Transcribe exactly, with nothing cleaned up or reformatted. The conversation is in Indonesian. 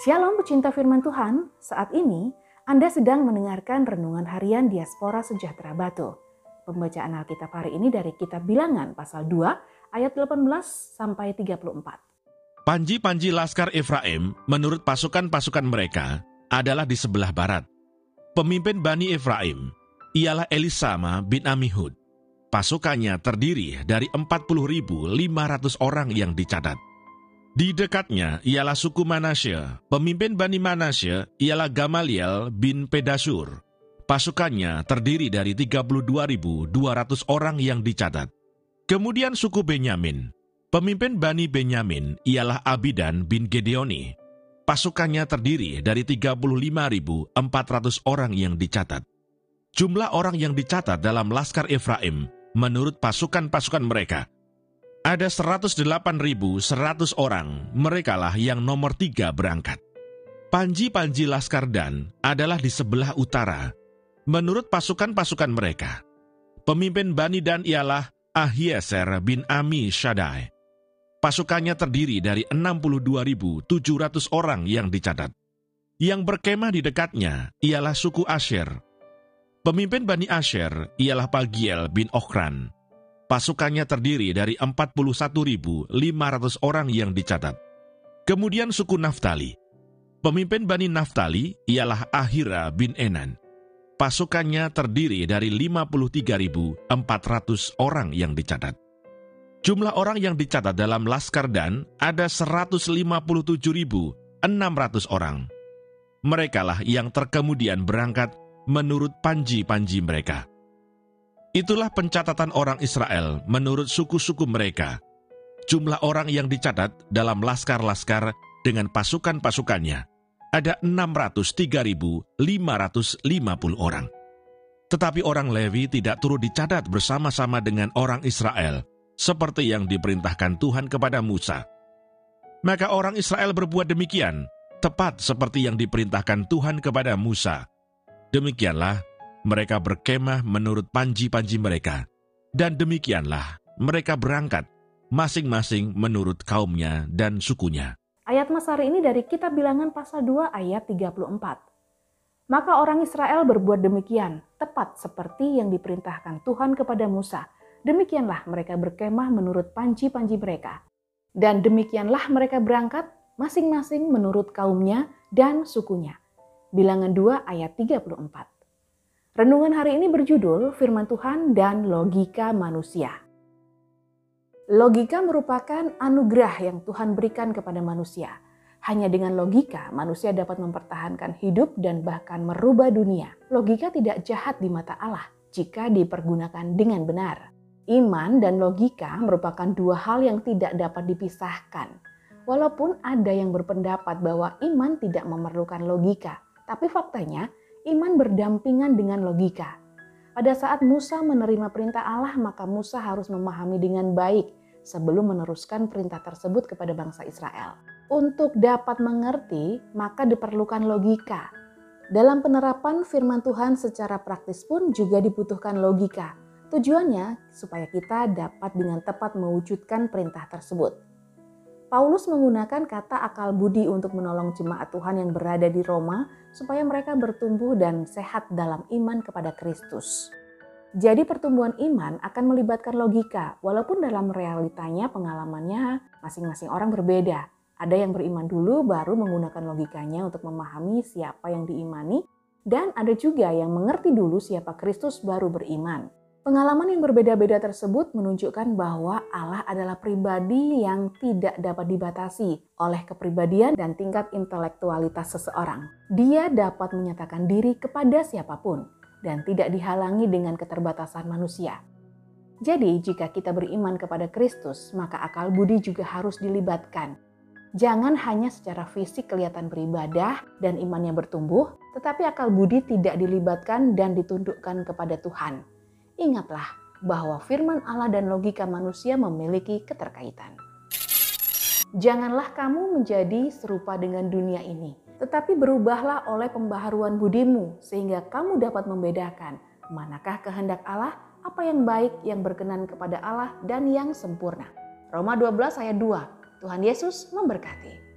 Shalom pecinta firman Tuhan, saat ini Anda sedang mendengarkan Renungan Harian Diaspora Sejahtera Batu. Pembacaan Alkitab hari ini dari Kitab Bilangan pasal dua ayat delapan belas sampai tiga puluh empat. Panji-panji Laskar Efraim menurut pasukan-pasukan mereka adalah di sebelah barat. Pemimpin Bani Efraim ialah Elisama bin Amihud. Pasukannya terdiri dari empat puluh ribu lima ratus orang yang dicatat. Di dekatnya ialah suku Manasye. Pemimpin Bani Manasye ialah Gamaliel bin Pedasur. Pasukannya terdiri dari tiga puluh dua ribu dua ratus orang yang dicatat. Kemudian suku Benyamin. Pemimpin Bani Benyamin ialah Abidan bin Gedeoni. Pasukannya terdiri dari tiga puluh lima ribu empat ratus orang yang dicatat. Jumlah orang yang dicatat dalam Laskar Efraim menurut pasukan-pasukan mereka ada seratus delapan ribu seratus orang, merekalah yang nomor tiga berangkat. Panji-panji Laskar Dan adalah di sebelah utara, menurut pasukan-pasukan mereka. Pemimpin Bani Dan ialah Ahieser bin Ami Shaddai. Pasukannya terdiri dari enam puluh dua ribu tujuh ratus orang yang dicatat. Yang berkemah di dekatnya ialah suku Asher. Pemimpin Bani Asher ialah Pagiel bin Ochran. Pasukannya terdiri dari empat puluh satu ribu lima ratus orang yang dicatat. Kemudian suku Naftali. Pemimpin Bani Naftali ialah Ahira bin Enan. Pasukannya terdiri dari lima puluh tiga ribu empat ratus orang yang dicatat. Jumlah orang yang dicatat dalam Laskar Dan ada seratus lima puluh tujuh ribu enam ratus orang. Merekalah yang terkemudian berangkat menurut panji-panji mereka. Itulah pencatatan orang Israel menurut suku-suku mereka. Jumlah orang yang dicatat dalam laskar-laskar dengan pasukan-pasukannya ada enam ratus tiga ribu lima ratus lima puluh orang. Tetapi orang Lewi tidak turut dicatat bersama-sama dengan orang Israel, seperti yang diperintahkan Tuhan kepada Musa. Maka orang Israel berbuat demikian, tepat seperti yang diperintahkan Tuhan kepada Musa. Demikianlah mereka berkemah menurut panji-panji mereka, dan demikianlah mereka berangkat, masing-masing menurut kaumnya dan sukunya. Ayat Mas hari ini dari Kitab Bilangan pasal dua ayat tiga puluh empat. Maka orang Israel berbuat demikian, tepat seperti yang diperintahkan Tuhan kepada Musa. Demikianlah mereka berkemah menurut panji-panji mereka. Dan demikianlah mereka berangkat, masing-masing menurut kaumnya dan sukunya. Bilangan dua ayat tiga puluh empat. Renungan hari ini berjudul Firman Tuhan dan Logika Manusia. Logika merupakan anugerah yang Tuhan berikan kepada manusia. Hanya dengan logika, manusia dapat mempertahankan hidup dan bahkan merubah dunia. Logika tidak jahat di mata Allah jika dipergunakan dengan benar. Iman dan logika merupakan dua hal yang tidak dapat dipisahkan. Walaupun ada yang berpendapat bahwa iman tidak memerlukan logika, tapi faktanya iman berdampingan dengan logika. Pada saat Musa menerima perintah Allah, maka Musa harus memahami dengan baik sebelum meneruskan perintah tersebut kepada bangsa Israel. Untuk dapat mengerti, maka diperlukan logika. Dalam penerapan firman Tuhan secara praktis pun juga dibutuhkan logika. Tujuannya supaya kita dapat dengan tepat mewujudkan perintah tersebut. Paulus menggunakan kata akal budi untuk menolong jemaat Tuhan yang berada di Roma supaya mereka bertumbuh dan sehat dalam iman kepada Kristus. Jadi pertumbuhan iman akan melibatkan logika, walaupun dalam realitanya pengalamannya masing-masing orang berbeda. Ada yang beriman dulu baru menggunakan logikanya untuk memahami siapa yang diimani, dan ada juga yang mengerti dulu siapa Kristus baru beriman. Pengalaman yang berbeda-beda tersebut menunjukkan bahwa Allah adalah pribadi yang tidak dapat dibatasi oleh kepribadian dan tingkat intelektualitas seseorang. Dia dapat menyatakan diri kepada siapapun dan tidak dihalangi dengan keterbatasan manusia. Jadi, jika kita beriman kepada Kristus, maka akal budi juga harus dilibatkan. Jangan hanya secara fisik kelihatan beribadah dan imannya bertumbuh, tetapi akal budi tidak dilibatkan dan ditundukkan kepada Tuhan. Ingatlah bahwa firman Allah dan logika manusia memiliki keterkaitan. Janganlah kamu menjadi serupa dengan dunia ini, tetapi berubahlah oleh pembaharuan budimu, sehingga kamu dapat membedakan manakah kehendak Allah, apa yang baik, yang berkenan kepada Allah, dan yang sempurna. Roma dua belas ayat dua. Tuhan Yesus memberkati.